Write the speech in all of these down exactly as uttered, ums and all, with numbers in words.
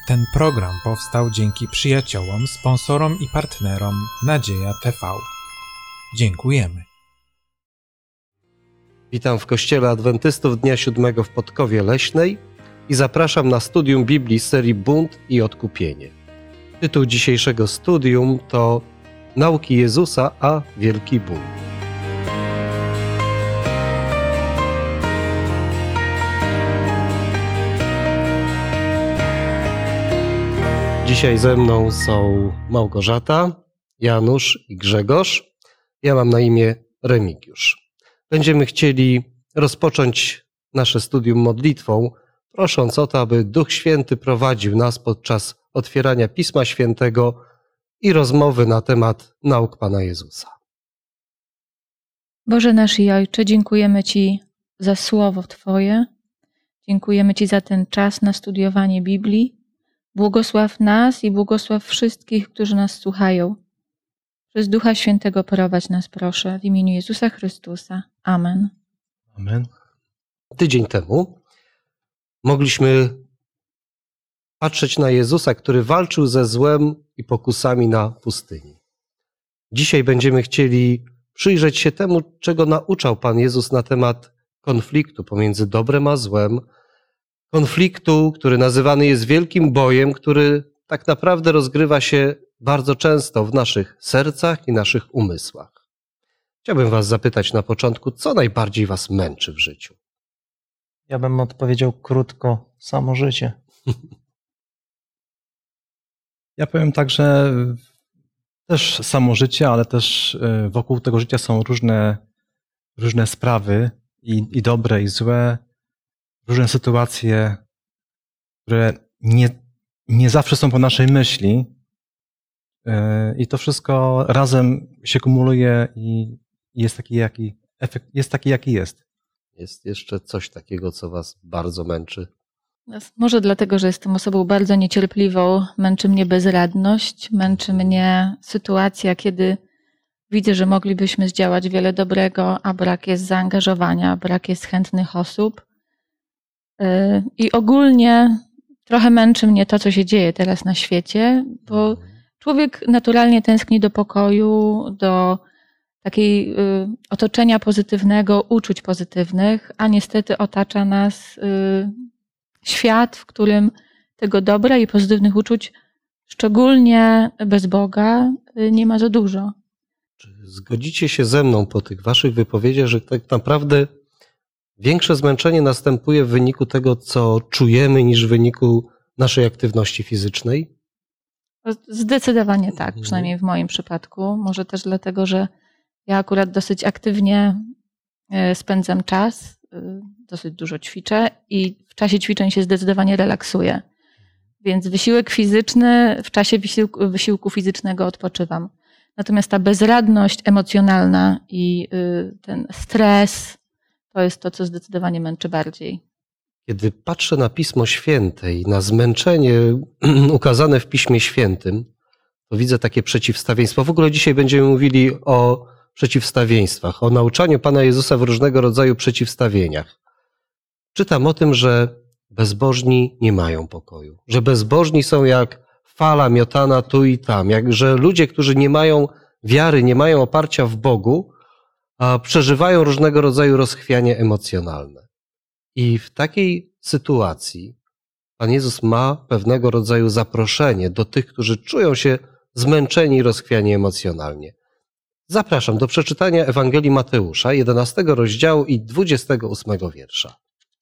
Ten program powstał dzięki przyjaciołom, sponsorom i partnerom Nadzieja T V. Dziękujemy. Witam w Kościele Adwentystów Dnia Siódmego w Podkowie Leśnej i zapraszam na studium Biblii serii Bunt i Odkupienie. Tytuł dzisiejszego studium to Nauki Jezusa a Wielki Bunt. Dzisiaj ze mną są Małgorzata, Janusz i Grzegorz. Ja mam na imię Remigiusz. Będziemy chcieli rozpocząć nasze studium modlitwą, prosząc o to, aby Duch Święty prowadził nas podczas otwierania Pisma Świętego i rozmowy na temat nauk Pana Jezusa. Boże nasz i Ojcze, dziękujemy Ci za Słowo Twoje. Dziękujemy Ci za ten czas na studiowanie Biblii. Błogosław nas i błogosław wszystkich, którzy nas słuchają. Przez Ducha Świętego prowadź nas, proszę, w imieniu Jezusa Chrystusa. Amen. Amen. Tydzień temu mogliśmy patrzeć na Jezusa, który walczył ze złem i pokusami na pustyni. Dzisiaj będziemy chcieli przyjrzeć się temu, czego nauczał Pan Jezus na temat konfliktu pomiędzy dobrem a złem, konfliktu, który nazywany jest wielkim bojem, który tak naprawdę rozgrywa się bardzo często w naszych sercach i naszych umysłach. Chciałbym was zapytać na początku, co najbardziej was męczy w życiu? Ja bym odpowiedział krótko, samo życie. Ja powiem tak, że też samo życie, ale też wokół tego życia są różne, różne sprawy i, i dobre, i złe, różne sytuacje, które nie, nie zawsze są po naszej myśli i to wszystko razem się kumuluje i jest taki, jaki efekt jest taki, jaki jest. Jest jeszcze coś takiego, co was bardzo męczy? Może dlatego, że jestem osobą bardzo niecierpliwą, męczy mnie bezradność, męczy mnie sytuacja, kiedy widzę, że moglibyśmy zdziałać wiele dobrego, a brak jest zaangażowania, brak jest chętnych osób. I ogólnie trochę męczy mnie to, co się dzieje teraz na świecie, bo człowiek naturalnie tęskni do pokoju, do takiej otoczenia pozytywnego, uczuć pozytywnych, a niestety otacza nas świat, w którym tego dobra i pozytywnych uczuć, szczególnie bez Boga, nie ma za dużo. Czy zgodzicie się ze mną po tych waszych wypowiedziach, że tak naprawdę większe zmęczenie następuje w wyniku tego, co czujemy, niż w wyniku naszej aktywności fizycznej? Zdecydowanie tak, przynajmniej w moim przypadku. Może też dlatego, że ja akurat dosyć aktywnie spędzam czas, dosyć dużo ćwiczę i w czasie ćwiczeń się zdecydowanie relaksuję. Więc wysiłek fizyczny, w czasie wysiłku, wysiłku fizycznego odpoczywam. Natomiast ta bezradność emocjonalna i ten stres, to jest to, co zdecydowanie męczy bardziej. Kiedy patrzę na Pismo Święte i na zmęczenie ukazane w Piśmie Świętym, to widzę takie przeciwstawieństwo. W ogóle dzisiaj będziemy mówili o przeciwstawieństwach, o nauczaniu Pana Jezusa w różnego rodzaju przeciwstawieniach. Czytam o tym, że bezbożni nie mają pokoju, że bezbożni są jak fala miotana tu i tam, jak że ludzie, którzy nie mają wiary, nie mają oparcia w Bogu, a przeżywają różnego rodzaju rozchwianie emocjonalne. I w takiej sytuacji Pan Jezus ma pewnego rodzaju zaproszenie do tych, którzy czują się zmęczeni i rozchwiani emocjonalnie. Zapraszam do przeczytania Ewangelii Mateusza, jedenastego rozdziału i dwudziestego ósmego wiersza.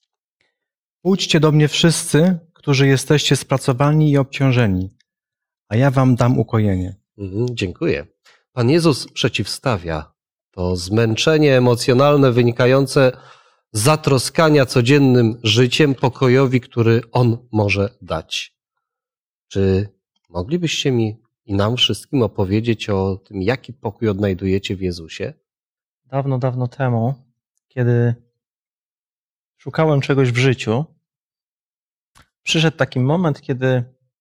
Pójdźcie do mnie wszyscy, którzy jesteście spracowani i obciążeni, a ja wam dam ukojenie. Mhm, dziękuję. Pan Jezus przeciwstawia to zmęczenie emocjonalne wynikające z zatroskania codziennym życiem pokojowi, który On może dać. Czy moglibyście mi i nam wszystkim opowiedzieć o tym, jaki pokój odnajdujecie w Jezusie? Dawno, dawno temu, kiedy szukałem czegoś w życiu, przyszedł taki moment, kiedy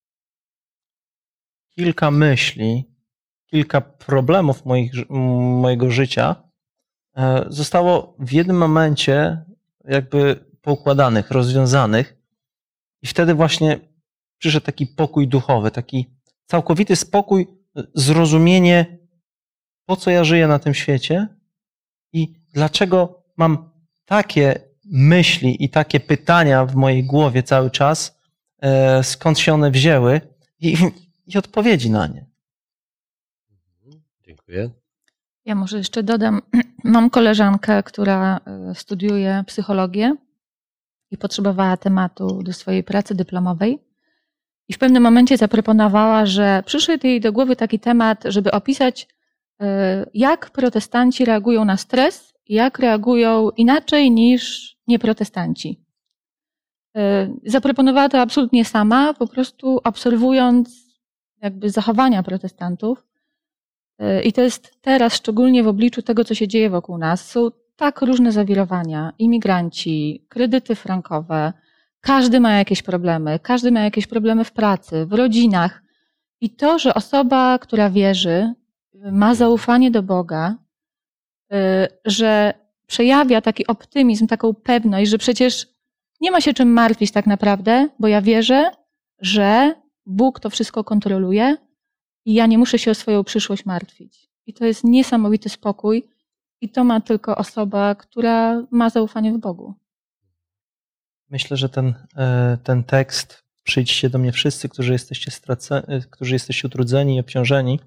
kilka myśli, kilka problemów moich, mojego życia zostało w jednym momencie jakby poukładanych, rozwiązanych i wtedy właśnie przyszedł taki pokój duchowy, taki całkowity spokój, zrozumienie, po co ja żyję na tym świecie i dlaczego mam takie myśli i takie pytania w mojej głowie cały czas, skąd się one wzięły i, i odpowiedzi na nie. Dziękuję. Ja może jeszcze dodam, mam koleżankę, która studiuje psychologię i potrzebowała tematu do swojej pracy dyplomowej. I w pewnym momencie zaproponowała, że przyszedł jej do głowy taki temat, żeby opisać, jak protestanci reagują na stres, jak reagują inaczej niż nieprotestanci. Zaproponowała to absolutnie sama, po prostu obserwując jakby zachowania protestantów. I to jest teraz, szczególnie w obliczu tego, co się dzieje wokół nas, są tak różne zawirowania, imigranci, kredyty frankowe, każdy ma jakieś problemy, każdy ma jakieś problemy w pracy, w rodzinach. I to, że osoba, która wierzy, ma zaufanie do Boga, że przejawia taki optymizm, taką pewność, że przecież nie ma się czym martwić tak naprawdę, bo ja wierzę, że Bóg to wszystko kontroluje i ja nie muszę się o swoją przyszłość martwić. I to jest niesamowity spokój i to ma tylko osoba, która ma zaufanie w Bogu. Myślę, że ten, ten tekst, przyjdźcie do mnie wszyscy, którzy jesteście straceni, którzy jesteście utrudzeni i obciążeni,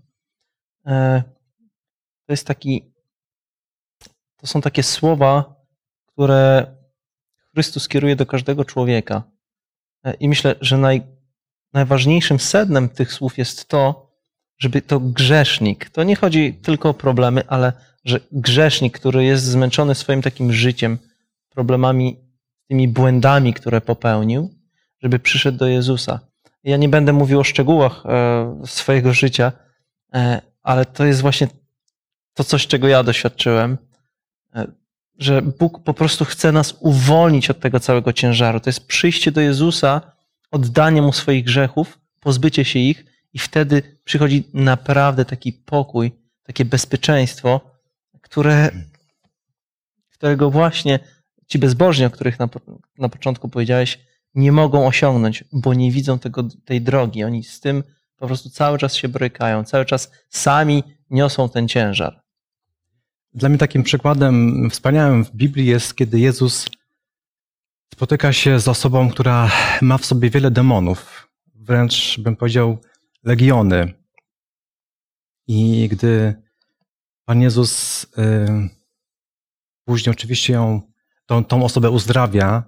to jest taki, to są takie słowa, które Chrystus kieruje do każdego człowieka. I myślę, że naj, najważniejszym sednem tych słów jest to, żeby to grzesznik, to nie chodzi tylko o problemy, ale że grzesznik, który jest zmęczony swoim takim życiem, problemami, tymi błędami, które popełnił, żeby przyszedł do Jezusa. Ja nie będę mówił o szczegółach swojego życia, ale to jest właśnie to coś, czego ja doświadczyłem, że Bóg po prostu chce nas uwolnić od tego całego ciężaru. To jest przyjście do Jezusa, oddanie Mu swoich grzechów, pozbycie się ich i wtedy przychodzi naprawdę taki pokój, takie bezpieczeństwo, które, którego właśnie ci bezbożni, o których na, na początku powiedziałeś, nie mogą osiągnąć, bo nie widzą tego, tej drogi. Oni z tym po prostu cały czas się borykają, cały czas sami niosą ten ciężar. Dla mnie takim przykładem wspaniałym w Biblii jest, kiedy Jezus spotyka się z osobą, która ma w sobie wiele demonów, wręcz bym powiedział legiony. I gdy Pan Jezus y, później oczywiście ją, tą, tą osobę uzdrawia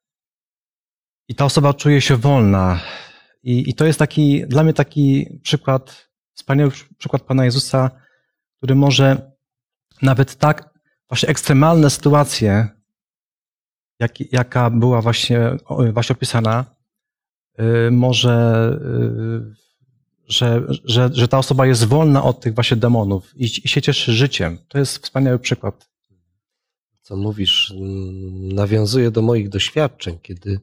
i ta osoba czuje się wolna. I, i to jest taki, dla mnie taki przykład, wspaniały przykład Pana Jezusa, który może nawet tak właśnie ekstremalne sytuacje, jak, jaka była właśnie, właśnie opisana, y, może, y, że, że, że ta osoba jest wolna od tych właśnie demonów i, i się cieszy życiem. To jest wspaniały przykład. Co mówisz, nawiązuje do moich doświadczeń, kiedy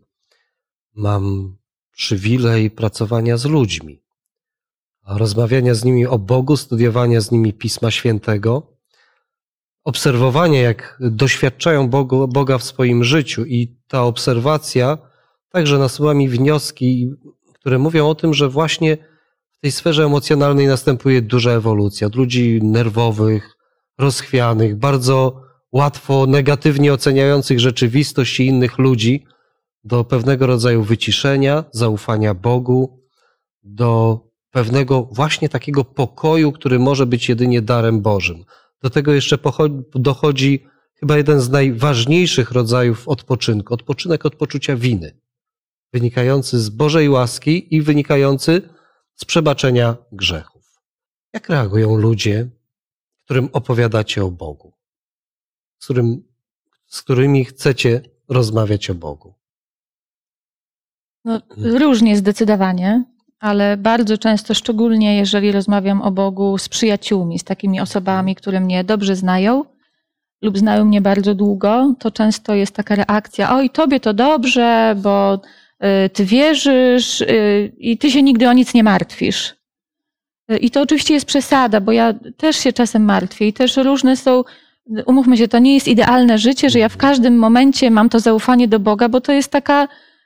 mam przywilej pracowania z ludźmi, rozmawiania z nimi o Bogu, studiowania z nimi Pisma Świętego, obserwowanie, jak doświadczają Bogu, Boga w swoim życiu i ta obserwacja także nasuwa mi wnioski, które mówią o tym, że właśnie w tej sferze emocjonalnej następuje duża ewolucja. Od ludzi nerwowych, rozchwianych, bardzo łatwo negatywnie oceniających rzeczywistość i innych ludzi do pewnego rodzaju wyciszenia, zaufania Bogu, do pewnego właśnie takiego pokoju, który może być jedynie darem Bożym. Do tego jeszcze dochodzi chyba jeden z najważniejszych rodzajów odpoczynku. Odpoczynek od poczucia winy, wynikający z Bożej łaski i wynikający z przebaczenia grzechów. Jak reagują ludzie, którym opowiadacie o Bogu, z, którym, z którymi chcecie rozmawiać o Bogu? No, różnie zdecydowanie, ale bardzo często, szczególnie jeżeli rozmawiam o Bogu z przyjaciółmi, z takimi osobami, które mnie dobrze znają lub znają mnie bardzo długo, to często jest taka reakcja: oj, tobie to dobrze, bo ty wierzysz i ty się nigdy o nic nie martwisz. I to oczywiście jest przesada, bo ja też się czasem martwię i też różne są, umówmy się, to nie jest idealne życie, że ja w każdym momencie mam to zaufanie do Boga, bo to jest taka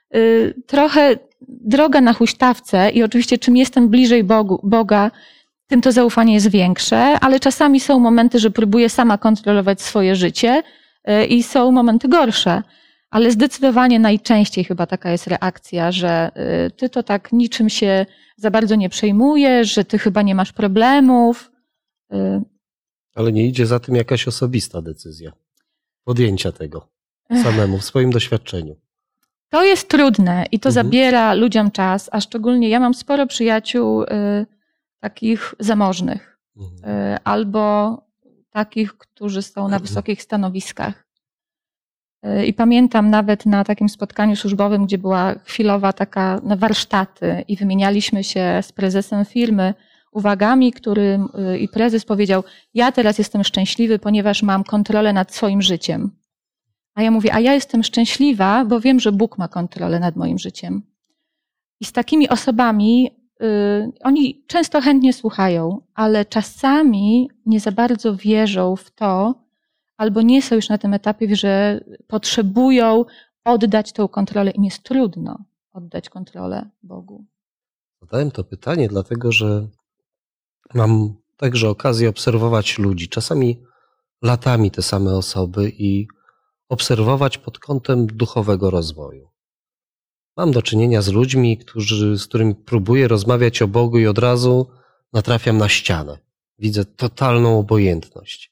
y, trochę droga na huśtawce i oczywiście czym jestem bliżej Bogu, Boga, tym to zaufanie jest większe, ale czasami są momenty, że próbuję sama kontrolować swoje życie y, i są momenty gorsze. Ale zdecydowanie najczęściej chyba taka jest reakcja, że y, ty to tak niczym się za bardzo nie przejmujesz, że ty chyba nie masz problemów. Y, Ale nie idzie za tym jakaś osobista decyzja podjęcia tego samemu w swoim doświadczeniu. To jest trudne i to Mhm. zabiera ludziom czas, a szczególnie ja mam sporo przyjaciół y, takich zamożnych Mhm. y, albo takich, którzy są na wysokich stanowiskach. Y, I pamiętam nawet na takim spotkaniu służbowym, gdzie była chwilowa taka na warsztaty i wymienialiśmy się z prezesem firmy uwagami, którym y, i prezes powiedział: ja teraz jestem szczęśliwy, ponieważ mam kontrolę nad swoim życiem. A ja mówię, a ja jestem szczęśliwa, bo wiem, że Bóg ma kontrolę nad moim życiem. I z takimi osobami y, oni często chętnie słuchają, ale czasami nie za bardzo wierzą w to, albo nie są już na tym etapie, że potrzebują oddać tą kontrolę. Im jest trudno oddać kontrolę Bogu. Zadałem to pytanie, dlatego że mam także okazję obserwować ludzi, czasami latami te same osoby i obserwować pod kątem duchowego rozwoju. Mam do czynienia z ludźmi, którzy, z którymi próbuję rozmawiać o Bogu i od razu natrafiam na ścianę. Widzę totalną obojętność.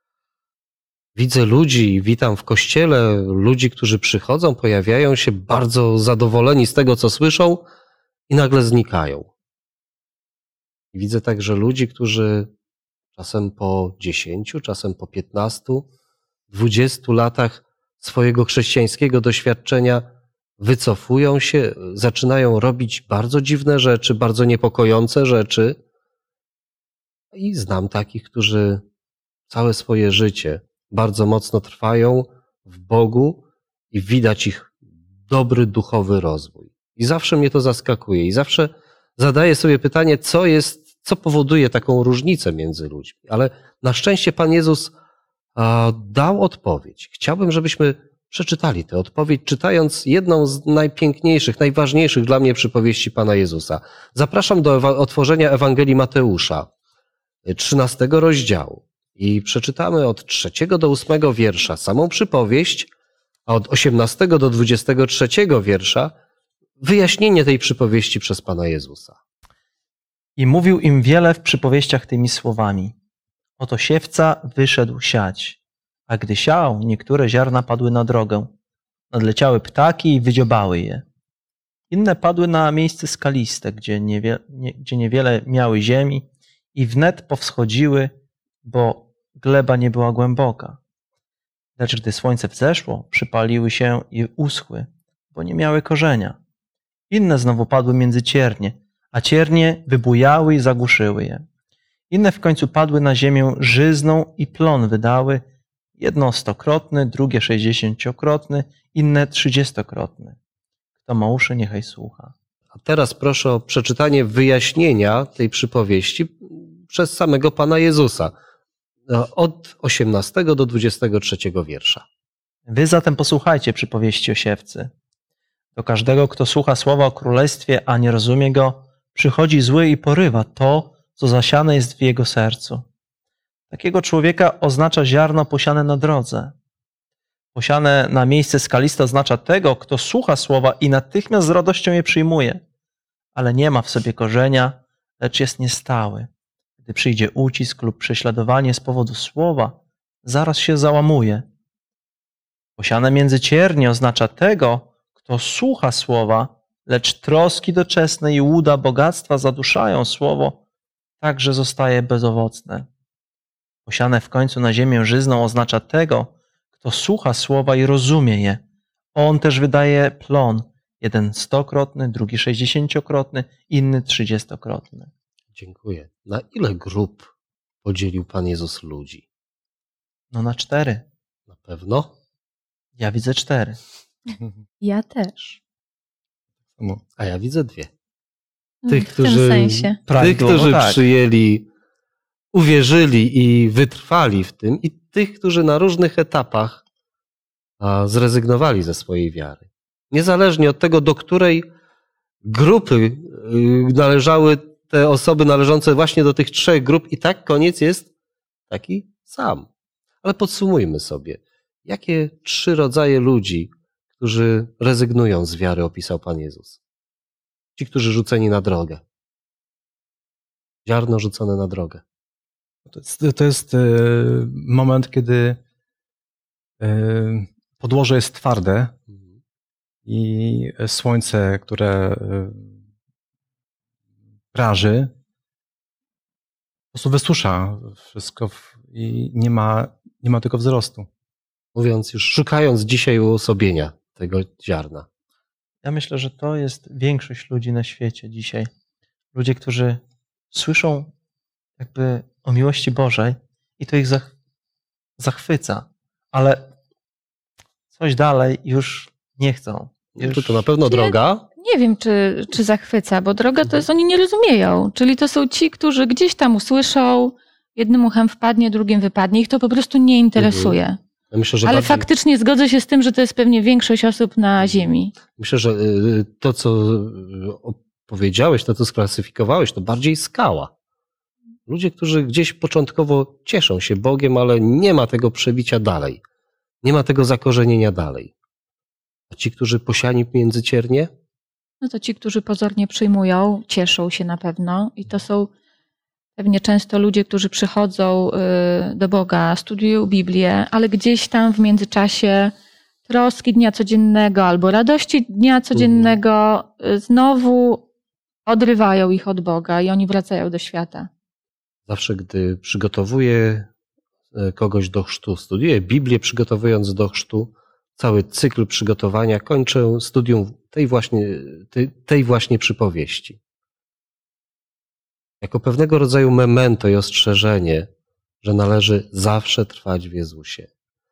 Widzę ludzi, witam w kościele, ludzi, którzy przychodzą, pojawiają się bardzo zadowoleni z tego, co słyszą i nagle znikają. I widzę także ludzi, którzy czasem po dziesięciu, czasem po piętnastu, dwudziestu latach swojego chrześcijańskiego doświadczenia wycofują się, zaczynają robić bardzo dziwne rzeczy, bardzo niepokojące rzeczy. I znam takich, którzy całe swoje życie bardzo mocno trwają w Bogu i widać ich dobry duchowy rozwój. I zawsze mnie to zaskakuje i zawsze zadaję sobie pytanie, co jest, co powoduje taką różnicę między ludźmi. Ale na szczęście Pan Jezus dał odpowiedź. Chciałbym, żebyśmy przeczytali tę odpowiedź, czytając jedną z najpiękniejszych, najważniejszych dla mnie przypowieści Pana Jezusa. Zapraszam do otworzenia Ewangelii Mateusza, trzynastego rozdziału. I przeczytamy od trzeciego do ósmego wiersza samą przypowieść, a od osiemnastego do dwudziestego trzeciego wiersza wyjaśnienie tej przypowieści przez Pana Jezusa. I mówił im wiele w przypowieściach tymi słowami. Oto siewca wyszedł siać, a gdy siał, niektóre ziarna padły na drogę. Nadleciały ptaki i wydziobały je. Inne padły na miejsce skaliste, gdzie, niewie, nie, gdzie niewiele miały ziemi i wnet powschodziły, bo gleba nie była głęboka. Lecz gdy słońce wzeszło, przypaliły się i uschły, bo nie miały korzenia. Inne znowu padły między ciernie, a ciernie wybujały i zagłuszyły je. Inne w końcu padły na ziemię żyzną i plon wydały, jedno stokrotny, drugie sześćdziesięciokrotny, inne trzydziestokrotny. Kto ma uszy, niechaj słucha. A teraz proszę o przeczytanie wyjaśnienia tej przypowieści przez samego Pana Jezusa od osiemnastego do dwudziestego trzeciego wiersza. Wy zatem posłuchajcie przypowieści o siewcy. Do każdego, kto słucha słowa o królestwie, a nie rozumie go, przychodzi zły i porywa to, co zasiane jest w jego sercu. Takiego człowieka oznacza ziarno posiane na drodze. Posiane na miejsce skaliste oznacza tego, kto słucha słowa i natychmiast z radością je przyjmuje, ale nie ma w sobie korzenia, lecz jest niestały. Gdy przyjdzie ucisk lub prześladowanie z powodu słowa, zaraz się załamuje. Posiane między ciernie oznacza tego, kto słucha słowa, lecz troski doczesne i łuda bogactwa zaduszają słowo, tak że zostaje bezowocne. Posiane w końcu na ziemię żyzną oznacza tego, kto słucha słowa i rozumie je. On też wydaje plon, jeden stokrotny, drugi sześćdziesięciokrotny, inny trzydziestokrotny. Dziękuję. Na ile grup podzielił Pan Jezus ludzi? No na cztery. Na pewno? Ja widzę cztery. Ja też. A ja widzę dwie. Mm, Tych, w tym którzy, sensie. tych, Prawidłowo którzy tak. przyjęli, uwierzyli i wytrwali w tym, i tych, którzy na różnych etapach a, zrezygnowali ze swojej wiary. Niezależnie od tego, do której grupy y, należały te osoby należące właśnie do tych trzech grup, i tak koniec jest taki sam. Ale podsumujmy sobie, jakie trzy rodzaje ludzi, którzy rezygnują z wiary, opisał Pan Jezus. Ci, którzy rzuceni na drogę. Ziarno rzucone na drogę. To jest, to jest y, moment, kiedy y, podłoże jest twarde i słońce, które y, praży, po prostu wysusza wszystko w, i nie ma, nie ma tego wzrostu. Mówiąc już, szukając dzisiaj uosobienia tego ziarna. Ja myślę, że to jest większość ludzi na świecie dzisiaj. Ludzie, którzy słyszą jakby o miłości Bożej i to ich zach- zachwyca, ale coś dalej już nie chcą. Już... To, to na pewno droga. Nie wiem, czy, czy zachwyca, bo droga to jest, oni nie rozumieją. Czyli to są ci, którzy gdzieś tam usłyszą, jednym uchem wpadnie, drugim wypadnie. Ich to po prostu nie interesuje. Ja myślę, że Ale bardziej... faktycznie zgodzę się z tym, że to jest pewnie większość osób na Ziemi. Myślę, że to, co powiedziałeś, to, co sklasyfikowałeś, to bardziej skała. Ludzie, którzy gdzieś początkowo cieszą się Bogiem, ale nie ma tego przebicia dalej. Nie ma tego zakorzenienia dalej. A ci, którzy posiani między ciernie? No to ci, którzy pozornie przyjmują, cieszą się na pewno. I to są pewnie często ludzie, którzy przychodzą do Boga, studiują Biblię, ale gdzieś tam w międzyczasie troski dnia codziennego albo radości dnia codziennego znowu odrywają ich od Boga i oni wracają do świata. Zawsze, gdy przygotowuję kogoś do chrztu, studiuję Biblię przygotowując do chrztu, cały cykl przygotowania, kończę studium tej właśnie, tej, tej właśnie przypowieści. Jako pewnego rodzaju memento i ostrzeżenie, że należy zawsze trwać w Jezusie.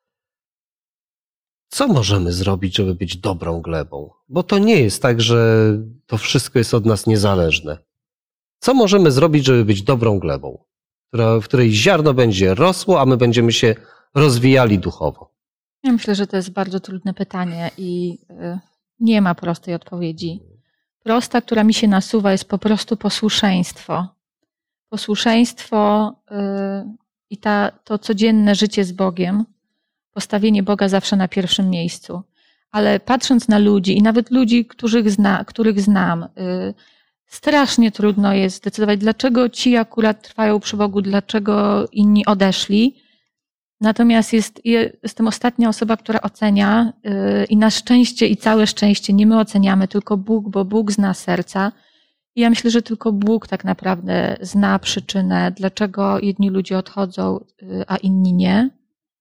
Co możemy zrobić, żeby być dobrą glebą? Bo to nie jest tak, że to wszystko jest od nas niezależne. Co możemy zrobić, żeby być dobrą glebą, która, w której ziarno będzie rosło, a my będziemy się rozwijali duchowo? Ja myślę, że to jest bardzo trudne pytanie i nie ma prostej odpowiedzi. Prosta, która mi się nasuwa, jest po prostu posłuszeństwo. Posłuszeństwo i ta, to codzienne życie z Bogiem, postawienie Boga zawsze na pierwszym miejscu. Ale patrząc na ludzi i nawet ludzi, których, zna, których znam, strasznie trudno jest zdecydować, dlaczego ci akurat trwają przy Bogu, dlaczego inni odeszli. Natomiast jest, jestem ostatnia osoba, która ocenia i na szczęście i całe szczęście nie my oceniamy, tylko Bóg, bo Bóg zna serca. I ja myślę, że tylko Bóg tak naprawdę zna przyczynę, dlaczego jedni ludzie odchodzą, a inni nie.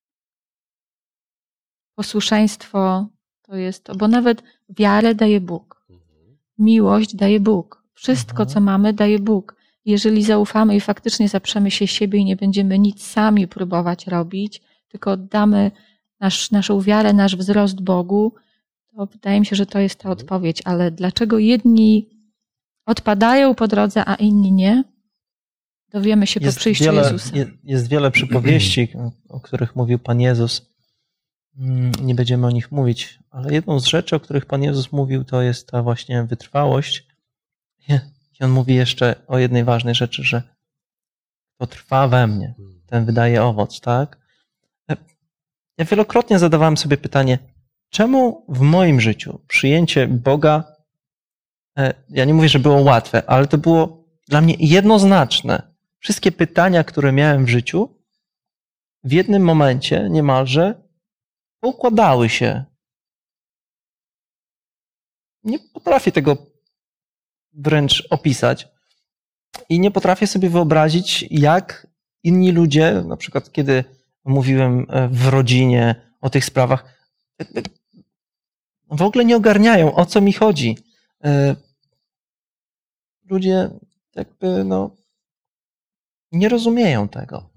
Posłuszeństwo to jest to, bo nawet wiarę daje Bóg. Miłość daje Bóg. Wszystko, co mamy, daje Bóg. Jeżeli zaufamy i faktycznie zaprzemy się siebie i nie będziemy nic sami próbować robić, tylko oddamy nasz, naszą wiarę, nasz wzrost Bogu, to wydaje mi się, że to jest ta odpowiedź. Ale dlaczego jedni odpadają po drodze, a inni nie? Dowiemy się jest po przyjściu wiele, Jezusa. Jest wiele przypowieści, o których mówił Pan Jezus. Nie będziemy o nich mówić, ale jedną z rzeczy, o których Pan Jezus mówił, to jest ta właśnie wytrwałość. I on mówi jeszcze o jednej ważnej rzeczy, że to trwa we mnie, ten wydaje owoc, tak? Ja wielokrotnie zadawałem sobie pytanie, czemu w moim życiu przyjęcie Boga, ja nie mówię, że było łatwe, ale to było dla mnie jednoznaczne. Wszystkie pytania, które miałem w życiu, w jednym momencie niemalże poukładały się. Nie potrafię tego wręcz opisać i nie potrafię sobie wyobrazić, jak inni ludzie, na przykład kiedy mówiłem w rodzinie o tych sprawach, w ogóle nie ogarniają, o co mi chodzi. Ludzie jakby no nie rozumieją tego.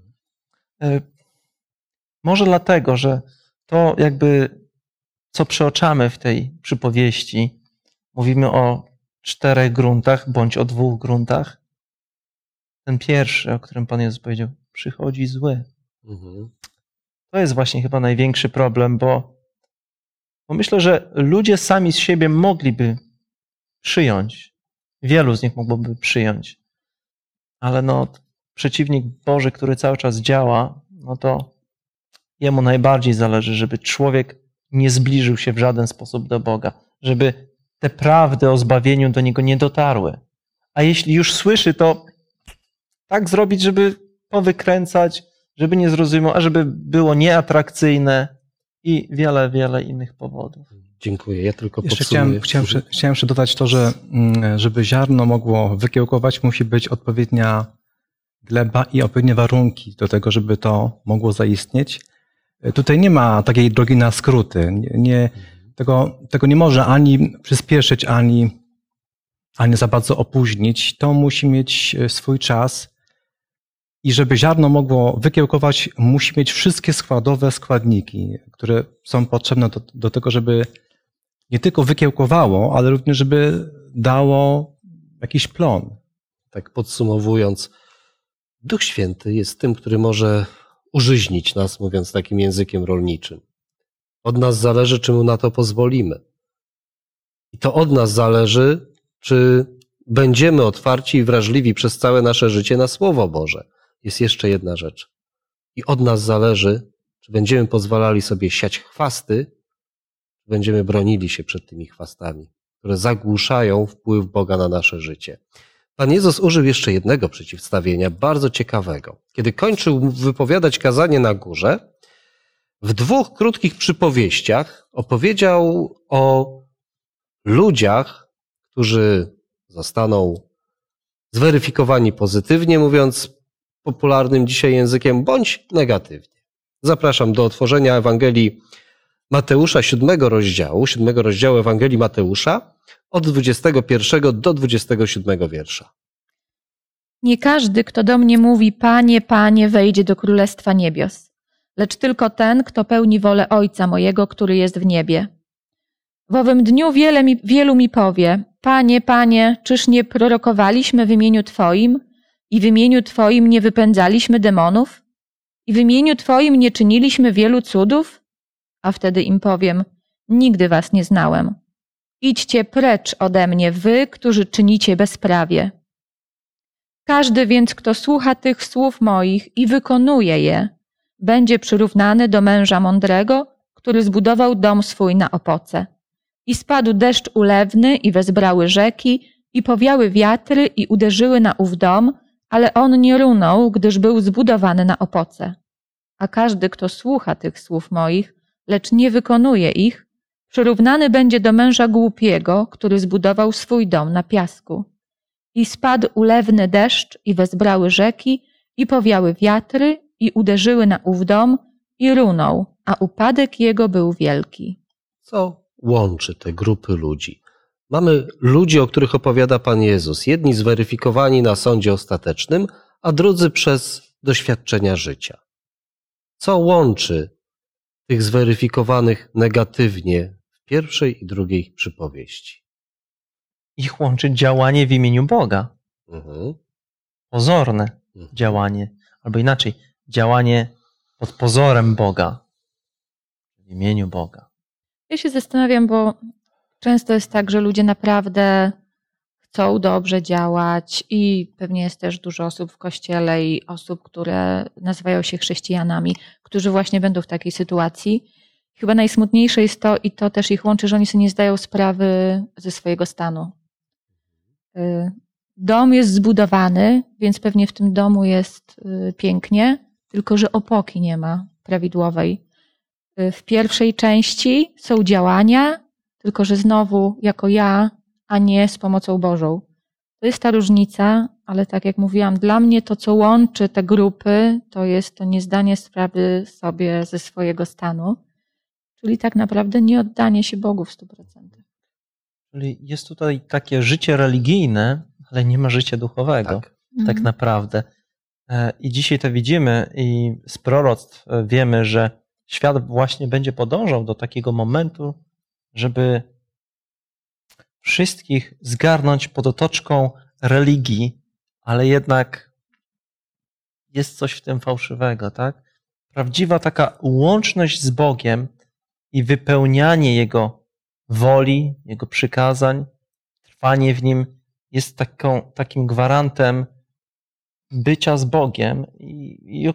Może dlatego, że to jakby co przeoczamy w tej przypowieści, mówimy o czterech gruntach bądź o dwóch gruntach. Ten pierwszy, o którym Pan Jezus powiedział, przychodzi zły. Mhm. To jest właśnie chyba największy problem, bo, Bo myślę, że ludzie sami z siebie mogliby przyjąć, wielu z nich mogłoby przyjąć, ale no przeciwnik Boży, który cały czas działa, no to jemu najbardziej zależy, żeby człowiek nie zbliżył się w żaden sposób do Boga, żeby te prawdy o zbawieniu do niego nie dotarły. A jeśli już słyszy, to tak zrobić, żeby powykręcać, żeby nie zrozumiał, a żeby było nieatrakcyjne i wiele, wiele innych powodów. Dziękuję. Ja tylko Jeszcze podsumuję. chciałem, chciałem, chciałem jeszcze dodać to, że mm, żeby ziarno mogło wykiełkować, musi być odpowiednia gleba i odpowiednie warunki do tego, żeby to mogło zaistnieć. Tutaj nie ma takiej drogi na skróty. Nie, nie, tego, tego nie może ani przyspieszyć, ani, ani za bardzo opóźnić. To musi mieć swój czas. I żeby ziarno mogło wykiełkować, musi mieć wszystkie składowe składniki, które są potrzebne do, do tego, żeby nie tylko wykiełkowało, ale również żeby dało jakiś plon. Tak podsumowując, Duch Święty jest tym, który może użyźnić nas, mówiąc takim językiem rolniczym. Od nas zależy, czy mu na to pozwolimy. I to od nas zależy, czy będziemy otwarci i wrażliwi przez całe nasze życie na Słowo Boże. Jest jeszcze jedna rzecz. I od nas zależy, czy będziemy pozwalali sobie siać chwasty, czy będziemy bronili się przed tymi chwastami, które zagłuszają wpływ Boga na nasze życie. Pan Jezus użył jeszcze jednego przeciwstawienia, bardzo ciekawego. Kiedy kończył wypowiadać kazanie na górze, w dwóch krótkich przypowieściach opowiedział o ludziach, którzy zostaną zweryfikowani pozytywnie, mówiąc popularnym dzisiaj językiem, bądź negatywnie. Zapraszam do otworzenia Ewangelii Mateusza, siódmego rozdziału, siódmego rozdziału Ewangelii Mateusza, od dwudziestego pierwszego do dwudziestego siódmego wiersza. Nie każdy, kto do mnie mówi, Panie, Panie, wejdzie do Królestwa Niebios, lecz tylko ten, kto pełni wolę Ojca mojego, który jest w niebie. W owym dniu wiele mi, wielu mi powie, Panie, Panie, czyż nie prorokowaliśmy w imieniu Twoim i w imieniu Twoim nie wypędzaliśmy demonów i w imieniu Twoim nie czyniliśmy wielu cudów? A wtedy im powiem, nigdy was nie znałem. Idźcie precz ode mnie, wy, którzy czynicie bezprawie. Każdy więc, kto słucha tych słów moich i wykonuje je, będzie przyrównany do męża mądrego, który zbudował dom swój na opoce. I spadł deszcz ulewny i wezbrały rzeki i powiały wiatry i uderzyły na ów dom, ale on nie runął, gdyż był zbudowany na opoce. A każdy, kto słucha tych słów moich, lecz nie wykonuje ich, przyrównany będzie do męża głupiego, który zbudował swój dom na piasku. I spadł ulewny deszcz i wezbrały rzeki i powiały wiatry i uderzyły na ów dom i runął, a upadek jego był wielki. Co łączy te grupy ludzi? Mamy ludzi, o których opowiada Pan Jezus. Jedni zweryfikowani na sądzie ostatecznym, a drudzy przez doświadczenia życia. Co łączy tych zweryfikowanych negatywnie w pierwszej i drugiej przypowieści? Ich łączy działanie w imieniu Boga. Mhm. Pozorne Mhm. działanie, albo inaczej, działanie pod pozorem Boga. W imieniu Boga. Ja się zastanawiam, bo często jest tak, że ludzie naprawdę chcą dobrze działać i pewnie jest też dużo osób w kościele i osób, które nazywają się chrześcijanami, którzy właśnie będą w takiej sytuacji. Chyba najsmutniejsze jest to, i to też ich łączy, że oni sobie nie zdają sprawy ze swojego stanu. Dom jest zbudowany, więc pewnie w tym domu jest pięknie, tylko że opoki nie ma prawidłowej. W pierwszej części są działania, tylko że znowu jako ja, a nie z pomocą Bożą. To jest ta różnica, ale tak jak mówiłam, dla mnie to, co łączy te grupy, to jest to niezdanie sprawy sobie ze swojego stanu, czyli tak naprawdę nie oddanie się Bogu w stu procentach. Czyli jest tutaj takie życie religijne, ale nie ma życia duchowego. Tak. Tak naprawdę. I dzisiaj to widzimy i z proroctw wiemy, że świat właśnie będzie podążał do takiego momentu, żeby wszystkich zgarnąć pod otoczką religii, ale jednak jest coś w tym fałszywego, tak? Prawdziwa taka łączność z Bogiem i wypełnianie Jego woli, Jego przykazań, trwanie w Nim jest taką, takim gwarantem bycia z Bogiem i, i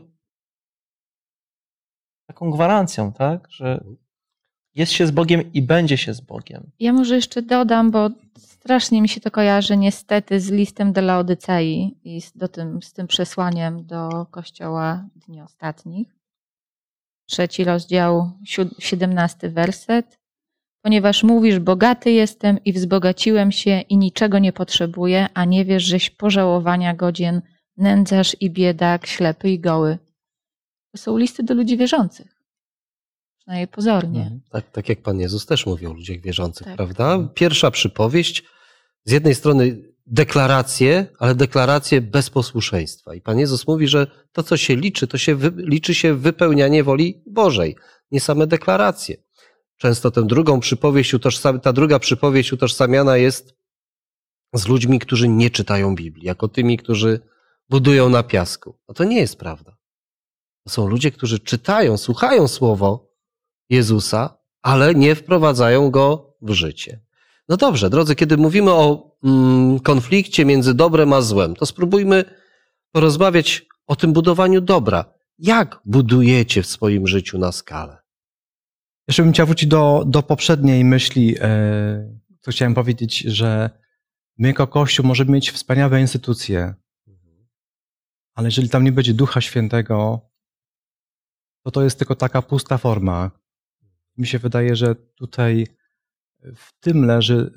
taką gwarancją, tak, że jest się z Bogiem i będzie się z Bogiem. Ja może jeszcze dodam, bo strasznie mi się to kojarzy niestety z listem do Laodycei i z, do tym, z tym przesłaniem do Kościoła Dni Ostatnich. Trzeci rozdział, siedemnasty werset. Ponieważ mówisz, bogaty jestem i wzbogaciłem się i niczego nie potrzebuję, a nie wiesz, żeś pożałowania godzien, nędzarz i biedak, ślepy i goły. To są listy do ludzi wierzących. Przynajmniej pozornie. Tak, tak jak Pan Jezus też mówi o ludziach wierzących, Tak. prawda? Pierwsza przypowieść, z jednej strony deklaracje, ale deklaracje bez posłuszeństwa. I Pan Jezus mówi, że to, co się liczy, to się wy, liczy się wypełnianie woli Bożej, nie same deklaracje. Często tę drugą przypowieść, utożsam, ta druga przypowieść utożsamiana jest z ludźmi, którzy nie czytają Biblii, jako tymi, którzy budują na piasku. No to nie jest prawda. To są ludzie, którzy czytają, słuchają słowo Jezusa, ale nie wprowadzają go w życie. No dobrze, drodzy, kiedy mówimy o mm, konflikcie między dobrem a złem, to spróbujmy porozmawiać o tym budowaniu dobra. Jak budujecie w swoim życiu na skalę? Jeszcze bym chciał wrócić do, do poprzedniej myśli, e, co chciałem powiedzieć, że my jako Kościół możemy mieć wspaniałe instytucje, ale jeżeli tam nie będzie Ducha Świętego, to to jest tylko taka pusta forma. Mi się wydaje, że tutaj w tym leży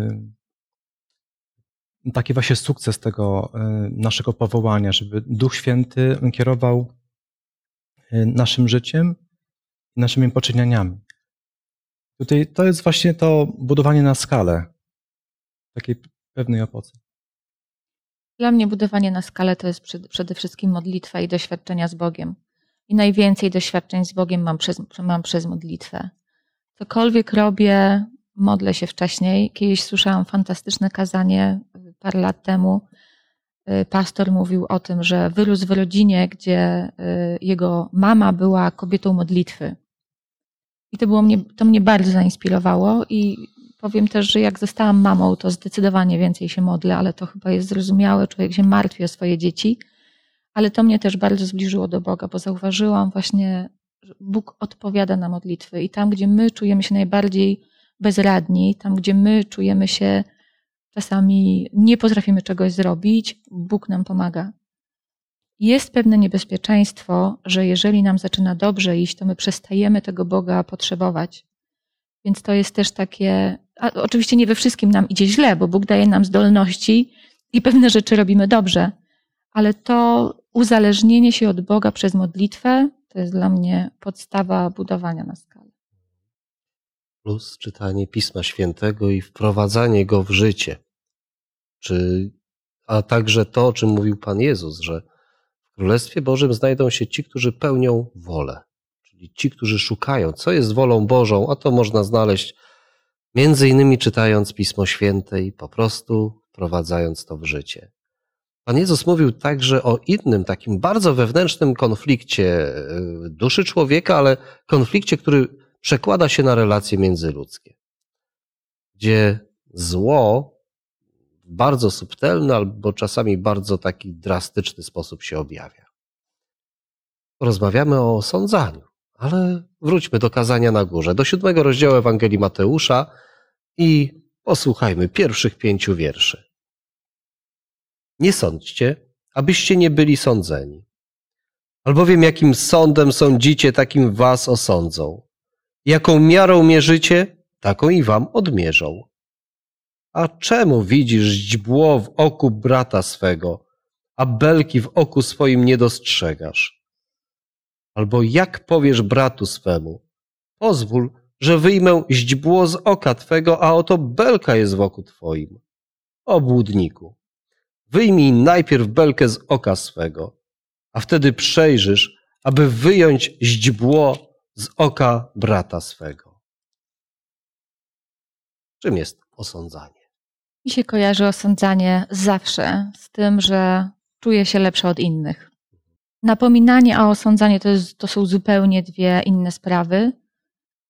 y, taki właśnie sukces tego y, naszego powołania, żeby Duch Święty kierował y, naszym życiem i naszymi poczynieniami. Tutaj to jest właśnie to budowanie na skalę takiej pewnej opocy. Dla mnie budowanie na skalę to jest przede wszystkim modlitwa i doświadczenia z Bogiem. I najwięcej doświadczeń z Bogiem mam przez, mam przez modlitwę. Cokolwiek robię, modlę się wcześniej. Kiedyś słyszałam fantastyczne kazanie parę lat temu. Pastor mówił o tym, że wyrósł w rodzinie, gdzie jego mama była kobietą modlitwy. I to, było mnie, to mnie bardzo zainspirowało i powiem też, że jak zostałam mamą, to zdecydowanie więcej się modlę, ale to chyba jest zrozumiałe. Człowiek się martwi o swoje dzieci. Ale to mnie też bardzo zbliżyło do Boga, bo zauważyłam właśnie, że Bóg odpowiada na modlitwy i tam, gdzie my czujemy się najbardziej bezradni, tam, gdzie my czujemy się czasami nie potrafimy czegoś zrobić, Bóg nam pomaga. Jest pewne niebezpieczeństwo, że jeżeli nam zaczyna dobrze iść, to my przestajemy tego Boga potrzebować. Więc to jest też takie, a oczywiście nie we wszystkim nam idzie źle, bo Bóg daje nam zdolności i pewne rzeczy robimy dobrze, ale to uzależnienie się od Boga przez modlitwę to jest dla mnie podstawa budowania na skalę. Plus czytanie Pisma Świętego i wprowadzanie go w życie. Czy, a także to, o czym mówił Pan Jezus, że w Królestwie Bożym znajdą się ci, którzy pełnią wolę. Czyli ci, którzy szukają, co jest wolą Bożą, a to można znaleźć między innymi czytając Pismo Święte i po prostu wprowadzając to w życie. Pan Jezus mówił także o innym, takim bardzo wewnętrznym konflikcie duszy człowieka, ale konflikcie, który przekłada się na relacje międzyludzkie, gdzie zło w bardzo subtelny albo czasami bardzo taki drastyczny sposób się objawia. Rozmawiamy o osądzaniu, ale wróćmy do kazania na górze, do siódmego rozdziału Ewangelii Mateusza i posłuchajmy pierwszych pięciu wierszy. Nie sądźcie, abyście nie byli sądzeni. Albowiem jakim sądem sądzicie, takim was osądzą. Jaką miarą mierzycie, taką i wam odmierzą. A czemu widzisz źdźbło w oku brata swego, a belki w oku swoim nie dostrzegasz? Albo jak powiesz bratu swemu, pozwól, że wyjmę źdźbło z oka twego, a oto belka jest w oku twoim. Obłudniku, wyjmij najpierw belkę z oka swego, a wtedy przejrzysz, aby wyjąć źdźbło z oka brata swego. Czym jest osądzanie? Mi się kojarzy osądzanie zawsze z tym, że czuję się lepsza od innych. Napominanie a osądzanie to, jest, to są zupełnie dwie inne sprawy.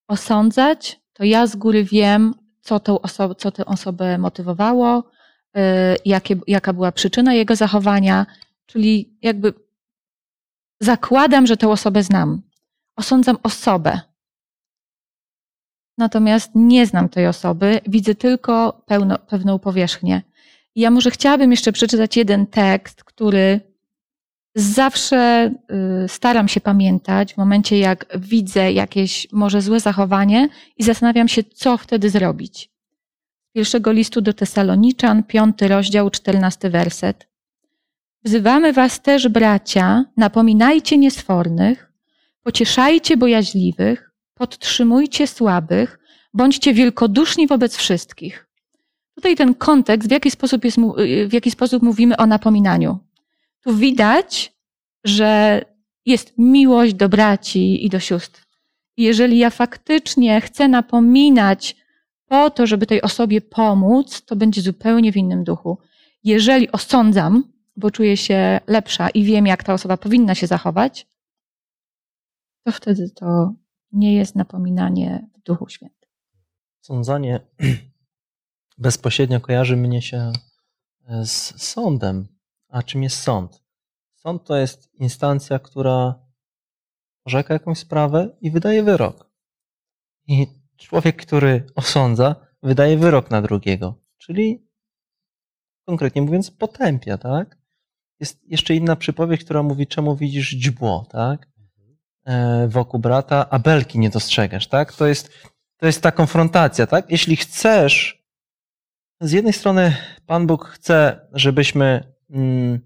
osądzać, to ja z góry wiem, co, tą oso- co tę osobę motywowało, yy, jakie, jaka była przyczyna jego zachowania, czyli jakby zakładam, że tę osobę znam. Osądzam osobę. Natomiast nie znam tej osoby, widzę tylko pełno, pewną powierzchnię. I ja może chciałabym jeszcze przeczytać jeden tekst, który zawsze y, staram się pamiętać w momencie, jak widzę jakieś może złe zachowanie i zastanawiam się, co wtedy zrobić. Z pierwszego listu do Tesaloniczan, piąty rozdział, czternasty werset. Wzywamy was też, bracia, napominajcie niesfornych, pocieszajcie bojaźliwych, podtrzymujcie słabych, bądźcie wielkoduszni wobec wszystkich. Tutaj ten kontekst, w jaki sposób, jest, w jaki sposób mówimy o napominaniu. Tu widać, że jest miłość do braci i do sióstr. I jeżeli ja faktycznie chcę napominać po to, żeby tej osobie pomóc, to będzie zupełnie w innym duchu. Jeżeli osądzam, bo czuję się lepsza i wiem, jak ta osoba powinna się zachować, to wtedy to nie jest napominanie w Duchu Świętym. Sądzanie bezpośrednio kojarzy mnie się z sądem. A czym jest sąd? Sąd to jest instancja, która orzeka jakąś sprawę i wydaje wyrok. I człowiek, który osądza, wydaje wyrok na drugiego, czyli konkretnie mówiąc potępia, tak? Jest jeszcze inna przypowieść, która mówi, czemu widzisz źdźbło, tak? E, wokół brata, a belki nie dostrzegasz, tak? To jest, to jest ta konfrontacja, tak? Jeśli chcesz, z jednej strony Pan Bóg chce, żebyśmy mm,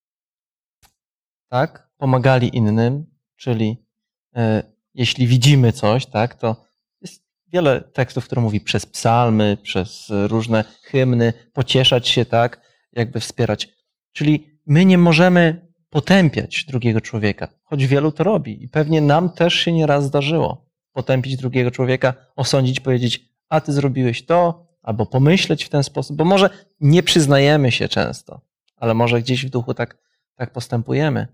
tak, pomagali innym, czyli e, jeśli widzimy coś, tak, to jest wiele tekstów, które mówi przez psalmy, przez różne hymny, pocieszać się, tak, jakby wspierać. Czyli my nie możemy potępiać drugiego człowieka, choć wielu to robi i pewnie nam też się nieraz zdarzyło potępić drugiego człowieka, osądzić, powiedzieć, a ty zrobiłeś to, albo pomyśleć w ten sposób, bo może nie przyznajemy się często, ale może gdzieś w duchu tak, tak postępujemy.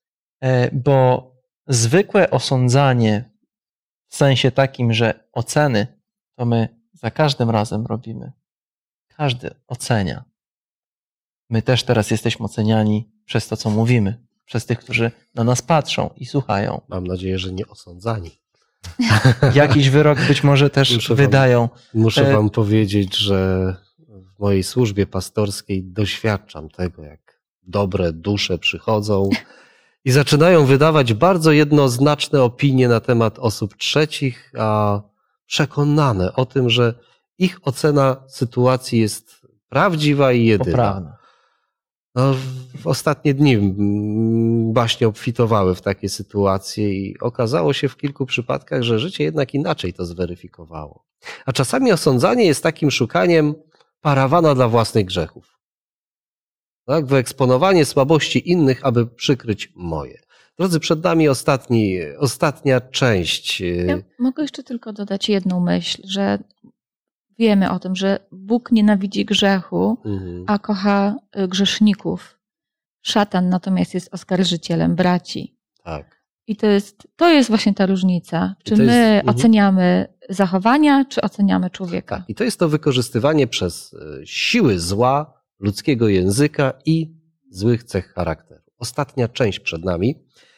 Bo zwykłe osądzanie w sensie takim, że oceny, to my za każdym razem robimy. Każdy ocenia. My też teraz jesteśmy oceniani przez to, co mówimy, przez tych, którzy na nas patrzą i słuchają. Mam nadzieję, że nie osądzani. Jakiś wyrok być może też muszę wydają. Wam, muszę wam powiedzieć, że w mojej służbie pastorskiej doświadczam tego, jak dobre dusze przychodzą i zaczynają wydawać bardzo jednoznaczne opinie na temat osób trzecich, a przekonane o tym, że ich ocena sytuacji jest prawdziwa i jedyna. Poprawna. No, w ostatnie dni baśnie obfitowały w takie sytuacje i okazało się w kilku przypadkach, że życie jednak inaczej to zweryfikowało. A czasami osądzanie jest takim szukaniem parawana dla własnych grzechów. Tak? Wyeksponowanie słabości innych, aby przykryć moje. Drodzy, przed nami ostatni, ostatnia część. Ja mogę jeszcze tylko dodać jedną myśl, że wiemy o tym, że Bóg nienawidzi grzechu, mhm. a kocha grzeszników. Szatan natomiast jest oskarżycielem braci. Tak. I to jest, to jest właśnie ta różnica. Czy my jest, oceniamy mhm. zachowania, czy oceniamy człowieka. Tak. I to jest to wykorzystywanie przez siły zła, ludzkiego języka i złych cech charakteru. Ostatnia część przed nami,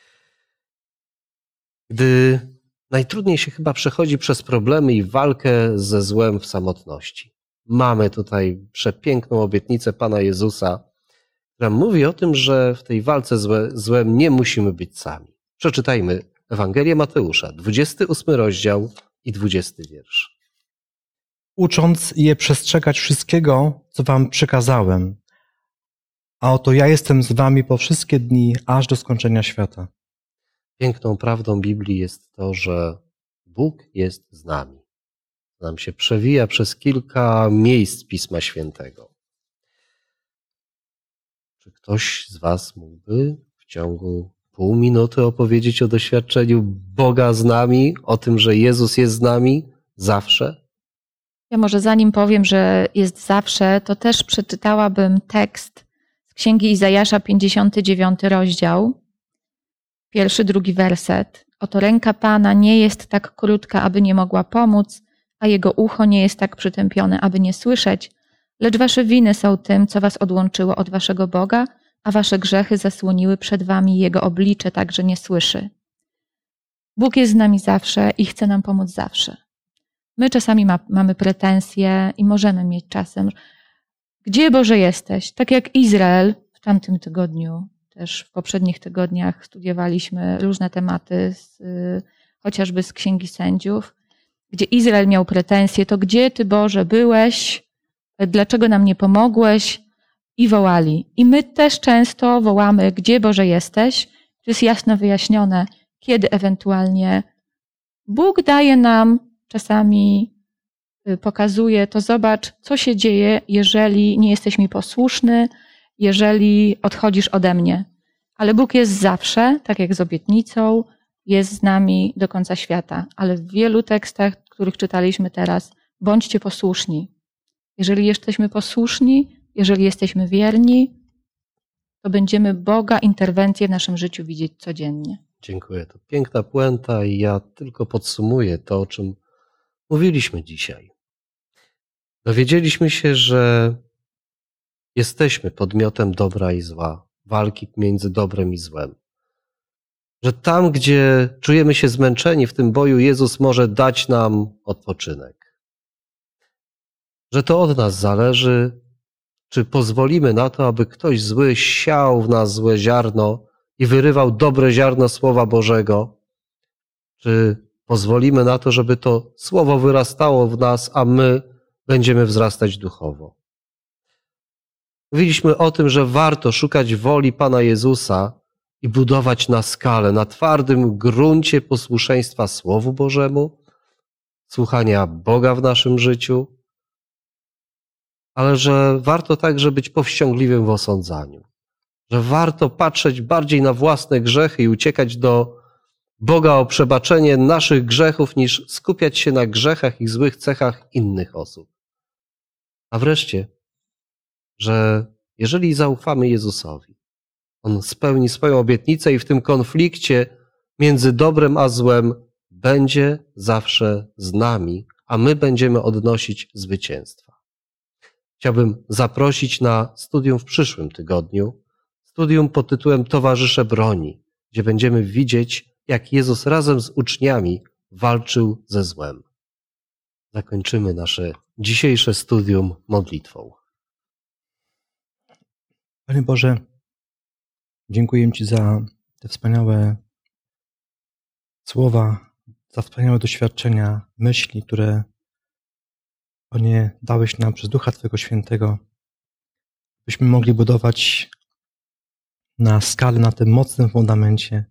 gdy najtrudniej się chyba przechodzi przez problemy i walkę ze złem w samotności. Mamy tutaj przepiękną obietnicę Pana Jezusa, która mówi o tym, że w tej walce złe, złem nie musimy być sami. Przeczytajmy Ewangelię Mateusza, dwudziesty ósmy rozdział i dwudziesty wiersz. Ucząc je przestrzegać wszystkiego, co wam przykazałem, a oto ja jestem z wami po wszystkie dni, aż do skończenia świata. Piękną prawdą Biblii jest to, że Bóg jest z nami. Nam się przewija przez kilka miejsc Pisma Świętego. Czy ktoś z was mógłby w ciągu pół minuty opowiedzieć o doświadczeniu Boga z nami, o tym, że Jezus jest z nami zawsze? Ja może zanim powiem, że jest zawsze, to też przeczytałabym tekst z Księgi Izajasza, pięćdziesiąty dziewiąty rozdział. Pierwszy, drugi werset. Oto ręka Pana nie jest tak krótka, aby nie mogła pomóc, a Jego ucho nie jest tak przytępione, aby nie słyszeć, lecz wasze winy są tym, co was odłączyło od waszego Boga, a wasze grzechy zasłoniły przed wami Jego oblicze, tak że nie słyszy. Bóg jest z nami zawsze i chce nam pomóc zawsze. My czasami ma, mamy pretensje i możemy mieć czasem, gdzie Boże jesteś? Tak jak Izrael w tamtym tygodniu, też w poprzednich tygodniach studiowaliśmy różne tematy, z, chociażby z Księgi Sędziów, gdzie Izrael miał pretensje, to gdzie Ty, Boże, byłeś, dlaczego nam nie pomogłeś? I wołali. I my też często wołamy, gdzie Boże jesteś? To jest jasno wyjaśnione, kiedy ewentualnie Bóg daje nam, czasami pokazuje, to zobacz, co się dzieje, jeżeli nie jesteś mi posłuszny, jeżeli odchodzisz ode mnie. Ale Bóg jest zawsze, tak jak z obietnicą, jest z nami do końca świata. Ale w wielu tekstach, których czytaliśmy teraz, bądźcie posłuszni. Jeżeli jesteśmy posłuszni, jeżeli jesteśmy wierni, to będziemy Boga interwencję w naszym życiu widzieć codziennie. Dziękuję. To piękna puenta i ja tylko podsumuję to, o czym mówiliśmy dzisiaj. Dowiedzieliśmy się, że jesteśmy podmiotem dobra i zła, walki między dobrem i złem. Że tam, gdzie czujemy się zmęczeni w tym boju, Jezus może dać nam odpoczynek. Że to od nas zależy, czy pozwolimy na to, aby ktoś zły siał w nas złe ziarno i wyrywał dobre ziarno Słowa Bożego, czy pozwolimy na to, żeby to Słowo wyrastało w nas, a my będziemy wzrastać duchowo. Mówiliśmy o tym, że warto szukać woli Pana Jezusa i budować na skale, na twardym gruncie posłuszeństwa Słowu Bożemu, słuchania Boga w naszym życiu, ale że warto także być powściągliwym w osądzaniu, że warto patrzeć bardziej na własne grzechy i uciekać do Boga o przebaczenie naszych grzechów, niż skupiać się na grzechach i złych cechach innych osób. A wreszcie, że jeżeli zaufamy Jezusowi, On spełni swoją obietnicę i w tym konflikcie między dobrem a złem będzie zawsze z nami, a my będziemy odnosić zwycięstwa. Chciałbym zaprosić na studium w przyszłym tygodniu, studium pod tytułem Towarzysze broni, gdzie będziemy widzieć, jak Jezus razem z uczniami walczył ze złem. Zakończymy nasze dzisiejsze studium modlitwą. Panie Boże, dziękuję Ci za te wspaniałe słowa, za wspaniałe doświadczenia, myśli, które, Panie, dałeś nam przez Ducha Twojego Świętego, byśmy mogli budować na skale, na tym mocnym fundamencie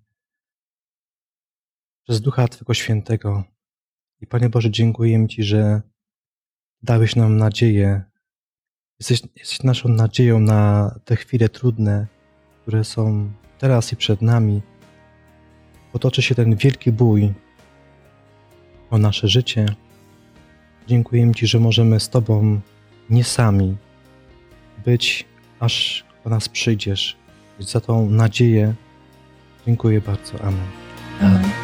przez Ducha Twojego Świętego. I Panie Boże, dziękuję Ci, że dałeś nam nadzieję. Jesteś, jesteś naszą nadzieją na te chwile trudne, które są teraz i przed nami. Potoczy się ten wielki bój o nasze życie. Dziękuję Ci, że możemy z Tobą nie sami być, aż po nas przyjdziesz. Za tą nadzieję dziękuję bardzo. Amen. Amen.